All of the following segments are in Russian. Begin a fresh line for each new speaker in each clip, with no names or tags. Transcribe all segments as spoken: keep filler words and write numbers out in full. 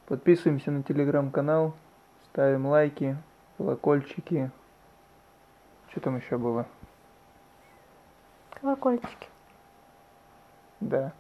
Подписываемся на телеграм-канал, ставим лайки, колокольчики. Что там еще было?
Колокольчики.
Да.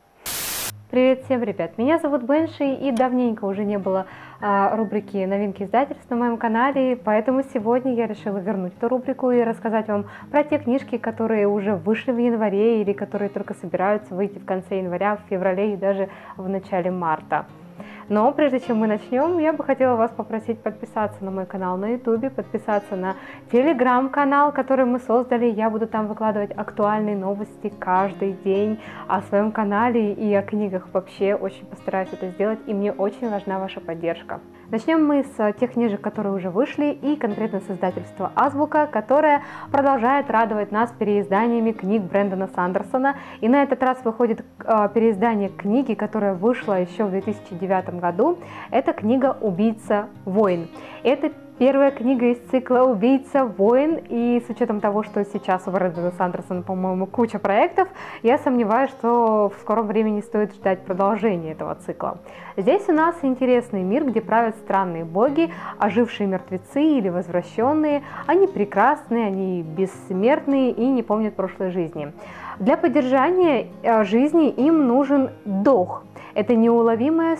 Привет всем, ребят! Меня зовут Бенши, и давненько уже не было а, рубрики «Новинки издательств» на моем канале, поэтому сегодня я решила вернуть эту рубрику и рассказать вам про те книжки, которые уже вышли в январе или которые только собираются выйти в конце января, в феврале и даже в начале марта. Но прежде чем мы начнем, я бы хотела вас попросить подписаться на мой канал на ютубе, подписаться на телеграм-канал, который мы создали. Я буду там выкладывать актуальные новости каждый день о своем канале и о книгах вообще. Очень постараюсь это сделать, и мне очень важна ваша поддержка. Начнем мы с тех книжек, которые уже вышли, и конкретно с издательства Азбука, которое продолжает радовать нас переизданиями книг Брэндона Сандерсона. И на этот раз выходит э, переиздание книги, которая вышла еще в две тысячи девятом году. Это книга «Убийца войн». Это первая книга из цикла «Убийца войн», и с учетом того, что сейчас у Брэндона Сандерсона, по-моему, куча проектов, я сомневаюсь, что в скором времени стоит ждать продолжения этого цикла. Здесь у нас интересный мир, где правят странные боги, ожившие мертвецы или возвращенные. Они прекрасные, они бессмертные и не помнят прошлой жизни. Для поддержания жизни им нужен дух. Это неуловимая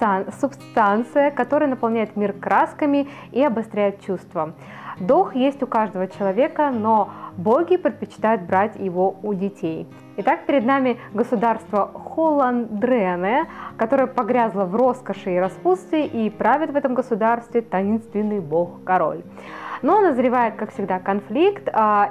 субстанция, которая наполняет мир красками и обостряет чувства. Дух есть у каждого человека, но боги предпочитают брать его у детей. Итак, перед нами государство Холандрене, которое погрязло в роскоши и распутстве, и правит в этом государстве таинственный бог-король. Но назревает, как всегда, конфликт,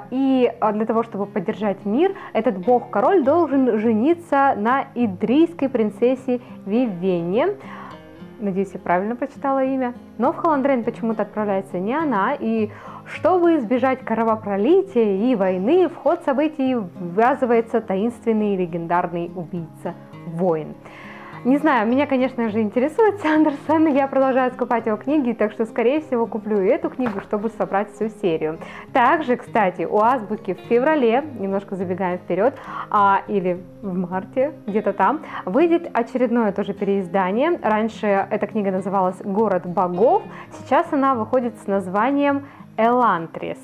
и для того, чтобы поддержать мир, этот бог-король должен жениться на идрийской принцессе Вивенне. Надеюсь, я правильно прочитала имя. Но в Холандрен почему-то отправляется не она, и чтобы избежать кровопролития и войны, в ход событий ввязывается таинственный и легендарный убийца войн. Не знаю, меня, конечно же, интересует Сандерсон, я продолжаю скупать его книги, так что, скорее всего, куплю и эту книгу, чтобы собрать всю серию. Также, кстати, у Азбуки в феврале, немножко забегаем вперед, а, или в марте, где-то там, выйдет очередное тоже переиздание. Раньше эта книга называлась «Город богов», сейчас она выходит с названием «Элантрис».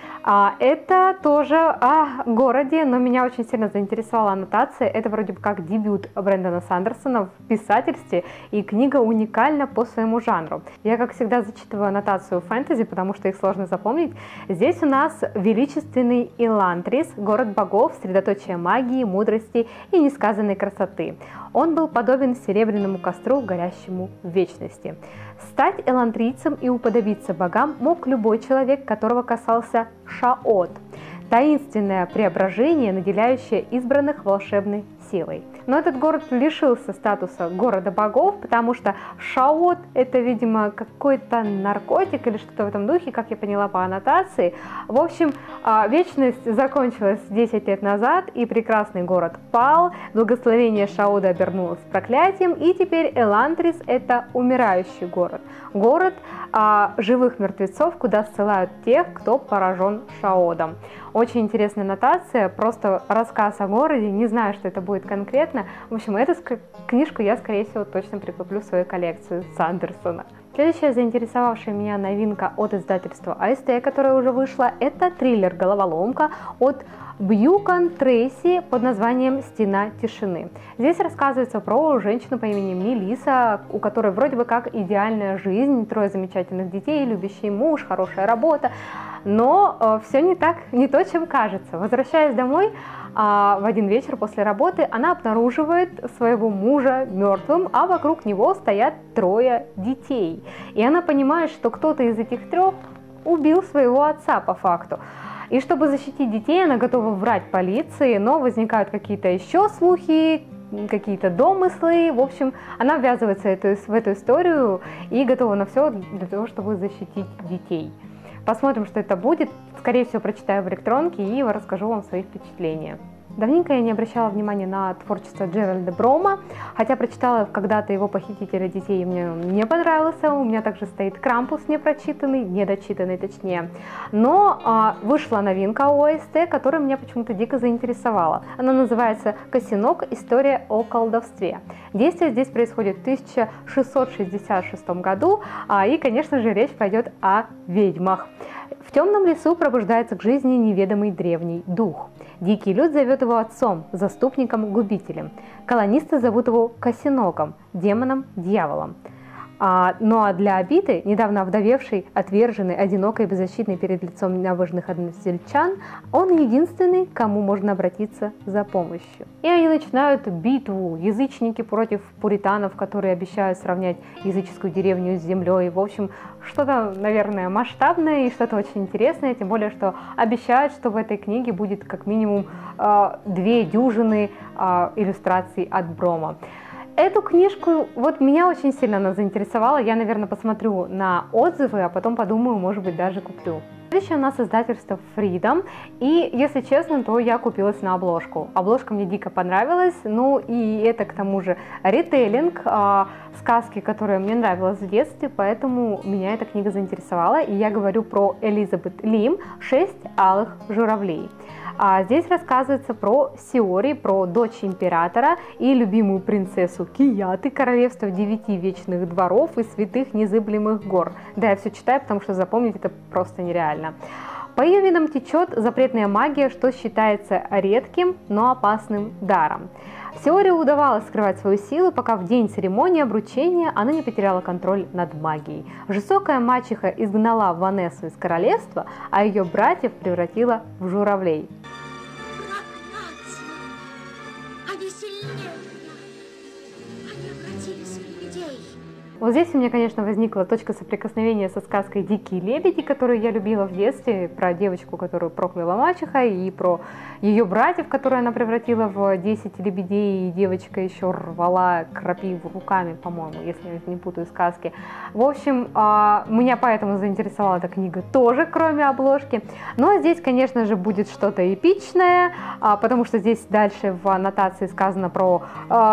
Это тоже о городе, но меня очень сильно заинтересовала аннотация. Это вроде бы как дебют Брэндона Сандерсона в писательстве, и книга уникальна по своему жанру. Я, как всегда, зачитываю аннотацию фэнтези, потому что их сложно запомнить. Здесь у нас величественный Элантрис, город богов, средоточие магии, мудрости и несказанной красоты. Он был подобен серебряному костру, горящему в вечности. Стать элантрийцем и уподобиться богам мог любой человек, которого касался Шаот, таинственное преображение, наделяющее избранных волшебной силой. Но этот город лишился статуса города богов, потому что Шаот — это, видимо, какой-то наркотик или что-то в этом духе, как я поняла по аннотации. В общем, вечность закончилась десять лет назад, и прекрасный город пал, благословение Шаода обернулось проклятием, и теперь Элантрис — это умирающий город. Город а, живых мертвецов, куда ссылают тех, кто поражен Шаодом. Очень интересная аннотация, просто рассказ о городе, не знаю, что это будет конкретно. В общем, эту книжку я, скорее всего, точно прикуплю в свою коллекцию Сандерсона. Следующая заинтересовавшая меня новинка от издательства а эс тэ, которая уже вышла, это триллер-головоломка от Бьюкан Трейси под названием «Стена тишины». Здесь рассказывается про женщину по имени Мелисса, у которой вроде бы как идеальная жизнь, трое замечательных детей, любящий муж, хорошая работа, но э, все не так, не то, чем кажется. Возвращаясь домой э, в один вечер после работы, она обнаруживает своего мужа мертвым, а вокруг него стоят трое детей. И она понимает, что кто-то из этих трех убил своего отца по факту. И чтобы защитить детей, она готова врать полиции, но возникают какие-то еще слухи, какие-то домыслы. В общем, она ввязывается в эту историю и готова на все для того, чтобы защитить детей. Посмотрим, что это будет. Скорее всего, прочитаю в электронке и расскажу вам свои впечатления. Давненько я не обращала внимания на творчество Джеральда Брома, хотя прочитала когда-то его «Похитителя детей», и мне он не понравился. У меня также стоит «Крампус» непрочитанный, недочитанный точнее. Но а, вышла новинка о эс тэ, которая меня почему-то дико заинтересовала. Она называется «Косинок. История о колдовстве». Действие здесь происходит в тысяча шестьсот шестьдесят шестом году, а, и, конечно же, речь пойдет о ведьмах. В темном лесу пробуждается к жизни неведомый древний дух. Дикий люд зовет его отцом, заступником, губителем. Колонисты зовут его Косиноком, демоном, дьяволом. А, ну а для обиды, недавно овдовевший, отверженный, одинокой и беззащитный перед лицом набожных односельчан, он единственный, к кому можно обратиться за помощью. И они начинают битву, язычники против пуританов, которые обещают сравнять языческую деревню с землей. В общем, что-то, наверное, масштабное и что-то очень интересное, тем более, что обещают, что в этой книге будет как минимум э, две дюжины э, иллюстраций от Брома. Эту книжку, вот меня очень сильно она заинтересовала, я, наверное, посмотрю на отзывы, а потом подумаю, может быть, даже куплю. Следующее у нас издательство Freedom, и, если честно, то я купилась на обложку. Обложка мне дико понравилась, ну и это, к тому же, ритейлинг э, сказки, которая мне нравилась в детстве, поэтому меня эта книга заинтересовала, и я говорю про Элизабет Лим «Шесть алых журавлей». А здесь рассказывается про Сиори, про дочь императора и любимую принцессу Кияты, королевство девяти вечных дворов и святых незыблемых гор. Да, я все читаю, потому что запомнить это просто нереально. По ее венам течет запретная магия, что считается редким, но опасным даром. Сиори удавалось скрывать свою силу, пока в день церемонии обручения она не потеряла контроль над магией. Жестокая мачеха изгнала Ванессу из королевства, а ее братьев превратила в журавлей. Вот здесь у меня, конечно, возникла точка соприкосновения со сказкой «Дикие лебеди», которую я любила в детстве, про девочку, которую прокляла мачеха, и про ее братьев, которые она превратила в десять лебедей, и девочка еще рвала крапиву руками, по-моему, если я не путаю сказки. В общем, меня поэтому заинтересовала эта книга тоже, кроме обложки. Но здесь, конечно же, будет что-то эпичное, потому что здесь дальше в аннотации сказано про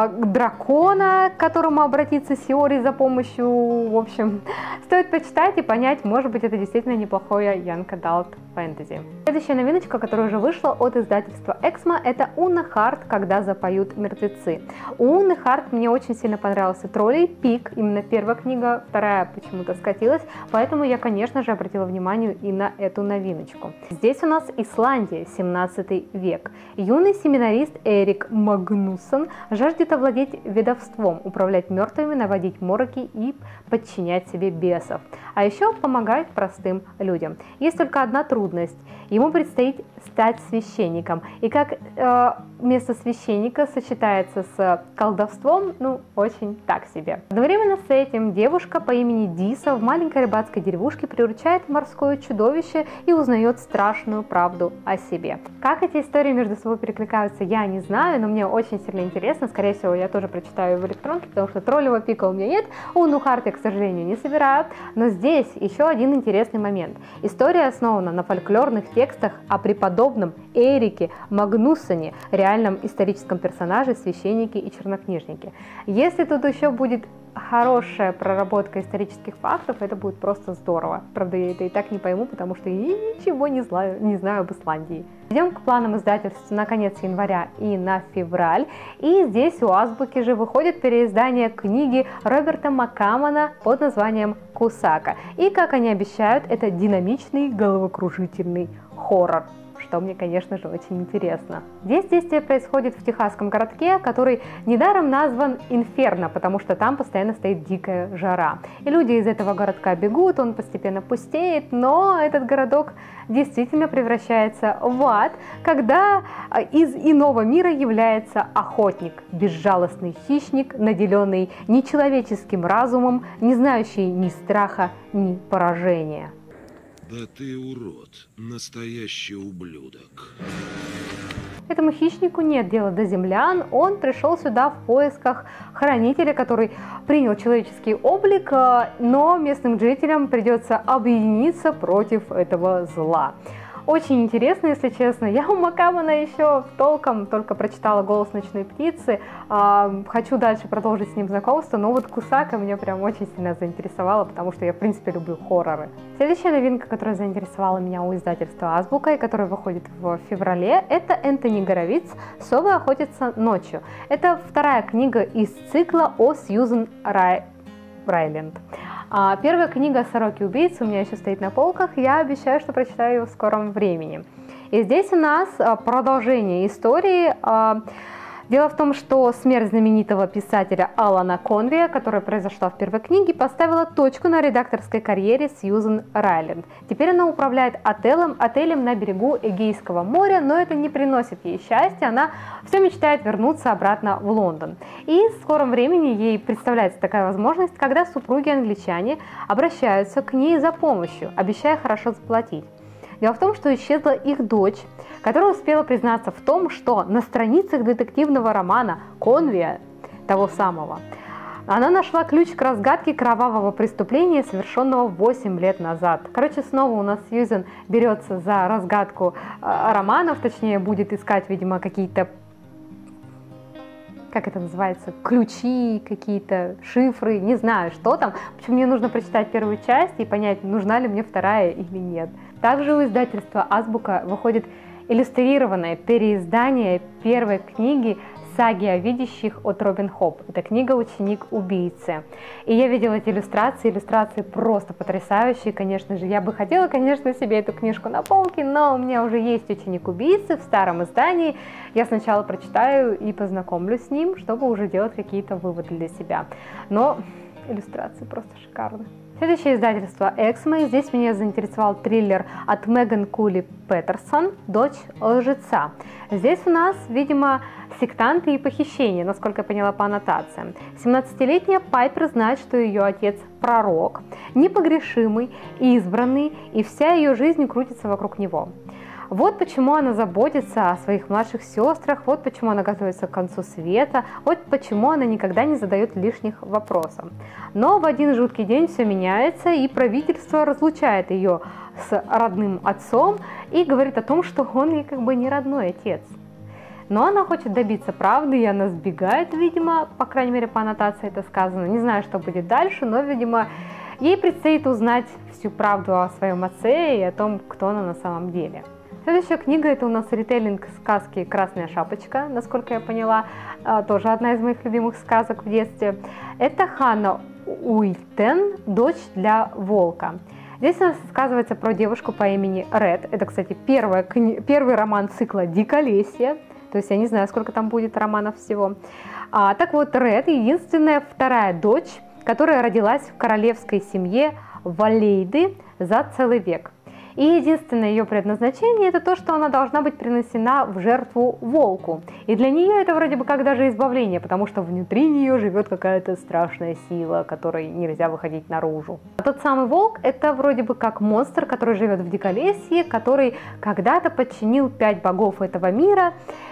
дракона, к которому обратится Сиори за помощью. В общем, стоит почитать и понять, может быть, это действительно неплохое Young Adult фэнтези. Следующая новиночка, которая уже вышла от издательства Эксмо, это Уна Харт «Когда запоют мертвецы». У Уны Харт мне очень сильно понравился «Троллей пик», именно первая книга, вторая почему-то скатилась, поэтому я, конечно же, обратила внимание и на эту новиночку. Здесь у нас Исландия, семнадцатый век. Юный семинарист Эрик Магнуссон жаждет овладеть ведовством, управлять мертвыми, наводить мороки и подчинять себе бесов, а еще помогать простым людям. Есть только одна трудность. Ему предстоит стать священником. И как э, место священника сочетается с колдовством, ну, очень так себе. Одновременно с этим девушка по имени Диса в маленькой рыбацкой деревушке приручает морское чудовище и узнает страшную правду о себе. Как эти истории между собой перекликаются, я не знаю, но мне очень сильно интересно. Скорее всего, я тоже прочитаю в электронке, потому что троллевого пика у меня нет. Уну Харт я, к сожалению, не собираю. Но здесь еще один интересный момент. История основана на фольклорных текстах о преподобном Эрике Магнуссоне, реальном историческом персонаже, священнике и чернокнижнике. Если тут еще будет хорошая проработка исторических фактов, это будет просто здорово. Правда, я это и так не пойму, потому что я ничего не знаю, не знаю об Исландии. Идем к планам издательств на конец января и на февраль. И здесь у Азбуки же выходит переиздание книги Роберта Маккамона под названием «Кусака». И, как они обещают, это динамичный головокружительный хоррор, что мне, конечно же, очень интересно. Здесь действие происходит в техасском городке, который недаром назван Инферно, потому что там постоянно стоит дикая жара. И люди из этого городка бегут, он постепенно пустеет, но этот городок действительно превращается в ад, когда из иного мира является охотник, безжалостный хищник, наделенный нечеловеческим разумом, не знающий ни страха, ни поражения.
Да ты урод, настоящий ублюдок.
Этому хищнику нет дела до землян, он пришел сюда в поисках хранителя, который принял человеческий облик, но местным жителям придется объединиться против этого зла. очень интересно, если честно. Я у Макамана еще толком только прочитала «Голос ночной птицы». А, хочу дальше продолжить с ним знакомство, но вот Кусака меня прям очень сильно заинтересовала, потому что я, в принципе, люблю хорроры. Следующая новинка, которая заинтересовала меня у издательства «Азбука» и которая выходит в феврале, это Энтони Горовиц «Совы охотятся ночью». Это вторая книга из цикла о Сьюзен Рай... Райленд. А первая книга «Сороки-убийцы» у меня еще стоит на полках, я обещаю, что прочитаю ее в скором времени. И здесь у нас продолжение истории. Дело в том, что смерть знаменитого писателя Алана Конвея, которая произошла в первой книге, поставила точку на редакторской карьере Сьюзен Райленд. Теперь она управляет отелем, отелем на берегу Эгейского моря, но это не приносит ей счастья, она все мечтает вернуться обратно в Лондон. И в скором времени ей представляется такая возможность, когда супруги-англичане обращаются к ней за помощью, обещая хорошо заплатить. Дело в том, что исчезла их дочь, которая успела признаться в том, что на страницах детективного романа Конвея, того самого, она нашла ключ к разгадке кровавого преступления, совершенного восемь лет назад. Короче, снова у нас Сьюзен берется за разгадку э, романов, точнее, будет искать, видимо, какие-то, как это называется, ключи, какие-то шифры, не знаю, что там. Почему мне нужно прочитать первую часть и понять, нужна ли мне вторая или нет. Также у издательства «Азбука» выходит иллюстрированное переиздание первой книги «Саги о видящих» от Робин Хоп. Это книга «Ученик убийцы». И я видела эти иллюстрации, иллюстрации просто потрясающие, конечно же. Я бы хотела, конечно, себе эту книжку на полке, но у меня уже есть «Ученик убийцы» в старом издании. Я сначала прочитаю и познакомлюсь с ним, чтобы уже делать какие-то выводы для себя. Но иллюстрации просто шикарны. Следующее издательство «Эксмо». Здесь меня заинтересовал триллер от Меган Кули Петерсон «Дочь лжеца». Здесь у нас, видимо, сектанты и похищения, насколько я поняла по аннотациям. семнадцатилетняя Пайпер знает, что ее отец пророк, непогрешимый, избранный, и вся ее жизнь крутится вокруг него. Вот почему она заботится о своих младших сестрах, вот почему она готовится к концу света, вот почему она никогда не задает лишних вопросов. Но в один жуткий день все меняется, и правительство разлучает ее с родным отцом и говорит о том, что он ей как бы не родной отец. Но она хочет добиться правды, и она сбегает, видимо, по крайней мере по аннотации это сказано. Не знаю, что будет дальше, но, видимо, ей предстоит узнать всю правду о своем отце и о том, кто она на самом деле. Следующая книга — это у нас ритейлинг сказки «Красная шапочка», насколько я поняла, тоже одна из моих любимых сказок в детстве. Это Ханна Уильтен «Дочь для волка». Здесь у нас рассказывается про девушку по имени Ред. Это, кстати, первая, первый роман цикла «Диколесье». То есть я не знаю, сколько там будет романов всего. А, так вот, Ред — единственная вторая дочь, которая родилась в королевской семье Валейды за целый век. И единственное ее предназначение — это то, что она должна быть принесена в жертву волку. И для нее это вроде бы как даже избавление, потому что внутри нее живет какая-то страшная сила, которой нельзя выходить наружу. А тот самый волк — это вроде бы как монстр, который живет в Диколесье, который когда-то подчинил пять богов этого мира.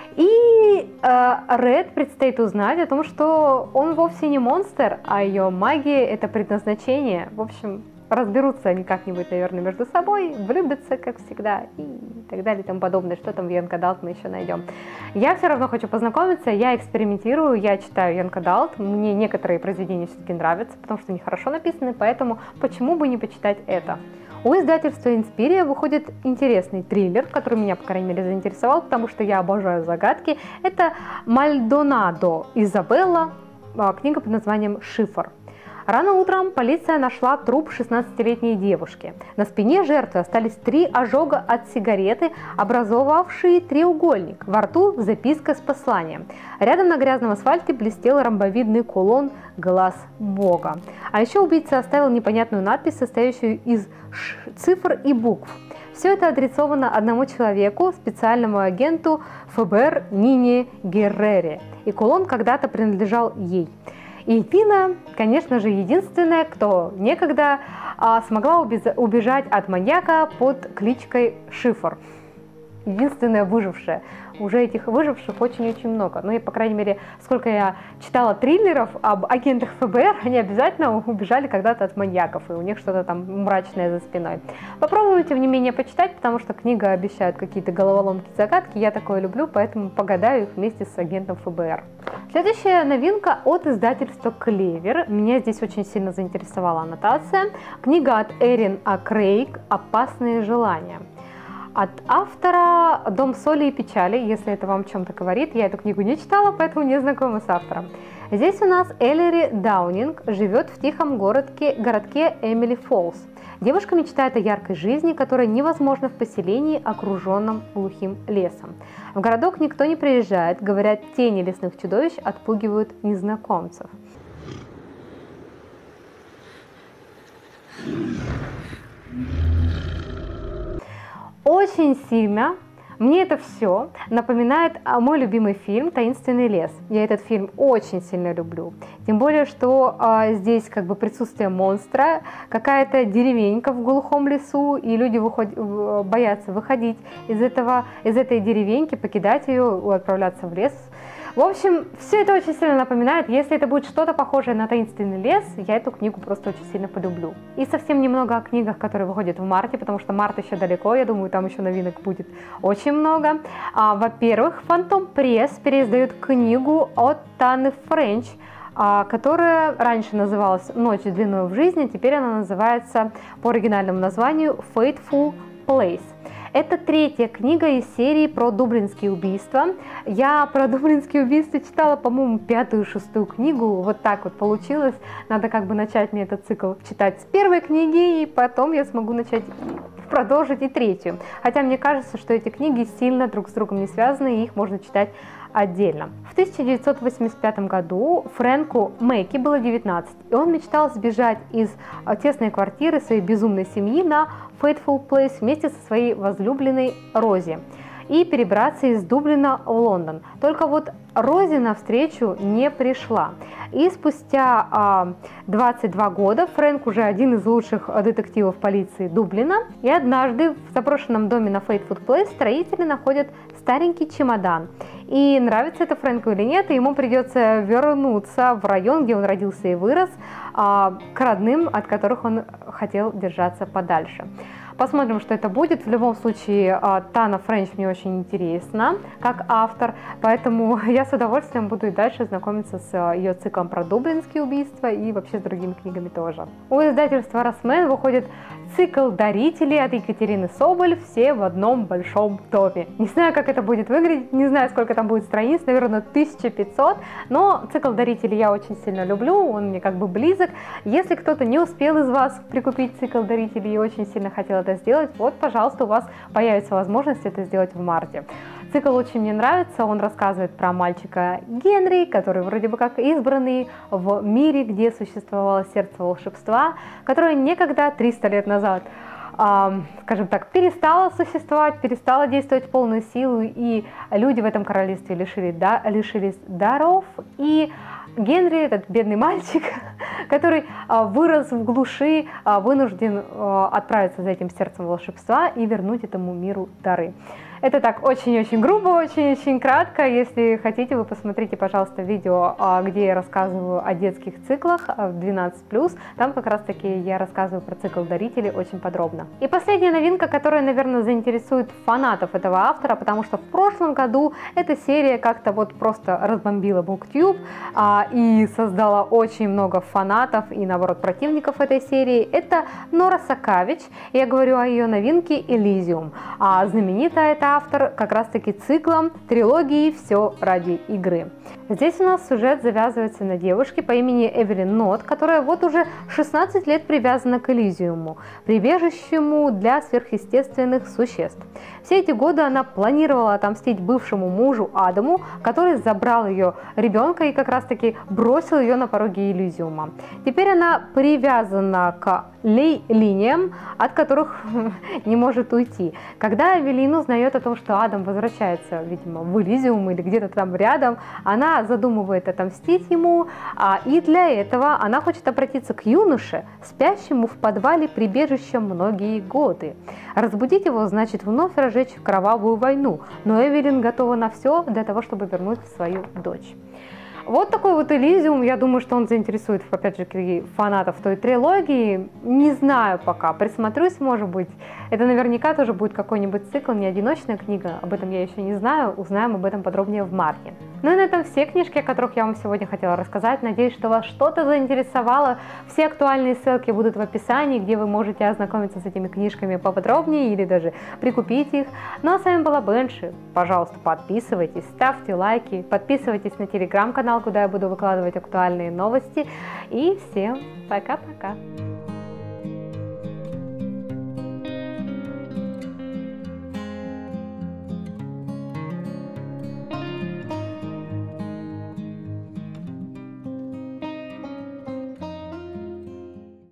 И э, Ред предстоит узнать о том, что он вовсе не монстр, а ее магия — это предназначение. В общем, разберутся они как-нибудь, наверное, между собой, влюбятся, как всегда, и так далее и тому подобное. Что там в Янг Адалт мы еще найдем. Я все равно хочу познакомиться, я экспериментирую, я читаю Янг Адалт, мне некоторые произведения все-таки нравятся, потому что они хорошо написаны, поэтому почему бы не почитать это. У издательства Инспирия выходит интересный триллер, который меня, по крайней мере, заинтересовал, потому что я обожаю загадки. Это «Мальдонадо Изабелла», книга под названием «Шифр». Рано утром полиция нашла труп шестнадцатилетней девушки. На спине жертвы остались три ожога от сигареты, образовавшие треугольник. Во рту записка с посланием. Рядом на грязном асфальте блестел ромбовидный кулон «Глаз Бога». А еще убийца оставил непонятную надпись, состоящую из цифр и букв. Все это адресовано одному человеку, специальному агенту эф бэ эр Нине Геррере. И кулон когда-то принадлежал ей. И Нина, конечно же, единственная, кто некогда а, смогла убежать от маньяка под кличкой Шифр. единственная выжившая. Уже этих выживших очень-очень много. Ну и, по крайней мере, сколько я читала триллеров об агентах эф бэ эр, они обязательно убежали когда-то от маньяков, и у них что-то там мрачное за спиной. Попробую, тем не менее, почитать, потому что книга обещает какие-то головоломки, загадки. Я такое люблю, поэтому погадаю их вместе с агентом эф бэ эр. Следующая новинка от издательства «Клевер». Меня здесь очень сильно заинтересовала аннотация. Книга от Эрин А. Крейг «Опасные желания». От автора «Дом соли и печали», если это вам о чем-то говорит. Я эту книгу не читала, поэтому не знакома с автором. Здесь у нас Эллири Даунинг живет в тихом городке, городке Эмили Фоллс. Девушка мечтает о яркой жизни, которая невозможна в поселении, окруженном глухим лесом. В городок никто не приезжает, говорят, тени лесных чудовищ отпугивают незнакомцев. Очень сильно мне это все напоминает мой любимый фильм «Таинственный лес». Я этот фильм очень сильно люблю. Тем более, что а, здесь как бы присутствие монстра, какая-то деревенька в глухом лесу, и люди выход... боятся выходить из, этого, из этой деревеньки, покидать ее, отправляться в лес. В общем, все это очень сильно напоминает. Если это будет что-то похожее на «Таинственный лес», я эту книгу просто очень сильно полюблю. И совсем немного о книгах, которые выходят в марте, потому что март еще далеко, я думаю, там еще новинок будет очень много. А, во-первых, Фантом Пресс переиздает книгу от Таны Френч, а, которая раньше называлась «Ночь длиною в жизни», теперь она называется по оригинальному названию «Fateful Place». Это третья книга из серии про дублинские убийства. Я про дублинские убийства читала, по-моему, пятую, шестую книгу. Вот так вот получилось. Надо как бы начать мне этот цикл читать с первой книги, и потом я смогу начать продолжить и третью. Хотя мне кажется, что эти книги сильно друг с другом не связаны, и их можно читать отдельно. В тысяча девятьсот восемьдесят пятом году Фрэнку Мэкки было девятнадцать, и он мечтал сбежать из тесной квартиры своей безумной семьи на Fateful Place вместе со своей возлюбленной Рози и перебраться из Дублина в Лондон. Только вот Рози навстречу не пришла. И спустя а, двадцать два года Фрэнк уже один из лучших детективов полиции Дублина. И однажды в заброшенном доме на Fateful Place строители находят старенький чемодан. И нравится это Фрэнку или нет, ему придется вернуться в район, где он родился и вырос, а, к родным, от которых он хотел держаться подальше. Посмотрим, что это будет. В любом случае, Тана Френч мне очень интересна как автор, поэтому я с удовольствием буду и дальше знакомиться с ее циклом про дублинские убийства и вообще с другими книгами тоже. У издательства Росмен выходит цикл «Дарители» от Екатерины Соболь, все в одном большом томе. Не знаю, как это будет выглядеть, не знаю, сколько там будет страниц, наверное, тысяча пятьсот, но цикл «Дарители» я очень сильно люблю, он мне как бы близок. Если кто-то не успел из вас прикупить цикл «Дарители» и очень сильно хотел это сделать, вот, пожалуйста, у вас появится возможность это сделать в марте. Цикл очень мне нравится, он рассказывает про мальчика Генри, который вроде бы как избранный в мире, где существовало сердце волшебства, которое некогда, триста лет назад, э, скажем так, перестало существовать, перестало действовать в полную силу, и люди в этом королевстве лишили, да, лишились даров, и Генри, этот бедный мальчик, который а, вырос в глуши, а, вынужден а, отправиться за этим сердцем волшебства и вернуть этому миру дары. Это так очень-очень грубо, очень-очень кратко. Если хотите, вы посмотрите, пожалуйста, видео, где я рассказываю о детских циклах двенадцать плюс. Там как раз-таки я рассказываю про цикл «Дарители» очень подробно. И последняя новинка, которая, наверное, заинтересует фанатов этого автора, потому что в прошлом году эта серия как-то вот просто разбомбила BookTube а, и создала очень много фанатов и, наоборот, противников этой серии. Это Нора Сакавич. Я говорю о ее новинке «Элизиум». А знаменитая эта автор как раз-таки циклом трилогии «Все ради игры». Здесь у нас сюжет завязывается на девушке по имени Эвелин Нот, которая вот уже шестнадцать лет привязана к Элизиуму, прибежищему для сверхъестественных существ. Все эти годы она планировала отомстить бывшему мужу Адаму, который забрал ее ребенка и как раз-таки бросил ее на пороге Элизиума. Теперь она привязана к линиям, от которых не может уйти. Когда Эвелин узнает говорят о том, что Адам возвращается, видимо, в Элизиум или где-то там рядом. Она задумывает отомстить ему, а, и для этого она хочет обратиться к юноше, спящему в подвале прибежища многие годы. Разбудить его значит вновь разжечь кровавую войну, но Эвелин готова на все для того, чтобы вернуть свою дочь. Вот такой вот Элизиум, я думаю, что он заинтересует, опять же, фанатов той трилогии. Не знаю пока, присмотрюсь, может быть. Это наверняка тоже будет какой-нибудь цикл, не одиночная книга, об этом я еще не знаю, узнаем об этом подробнее в марте. Ну и на этом все книжки, о которых я вам сегодня хотела рассказать. Надеюсь, что вас что-то заинтересовало. Все актуальные ссылки будут в описании, где вы можете ознакомиться с этими книжками поподробнее или даже прикупить их. Ну а с вами была Бенши. Пожалуйста, подписывайтесь, ставьте лайки, подписывайтесь на телеграм-канал, куда я буду выкладывать актуальные новости. И всем пока-пока!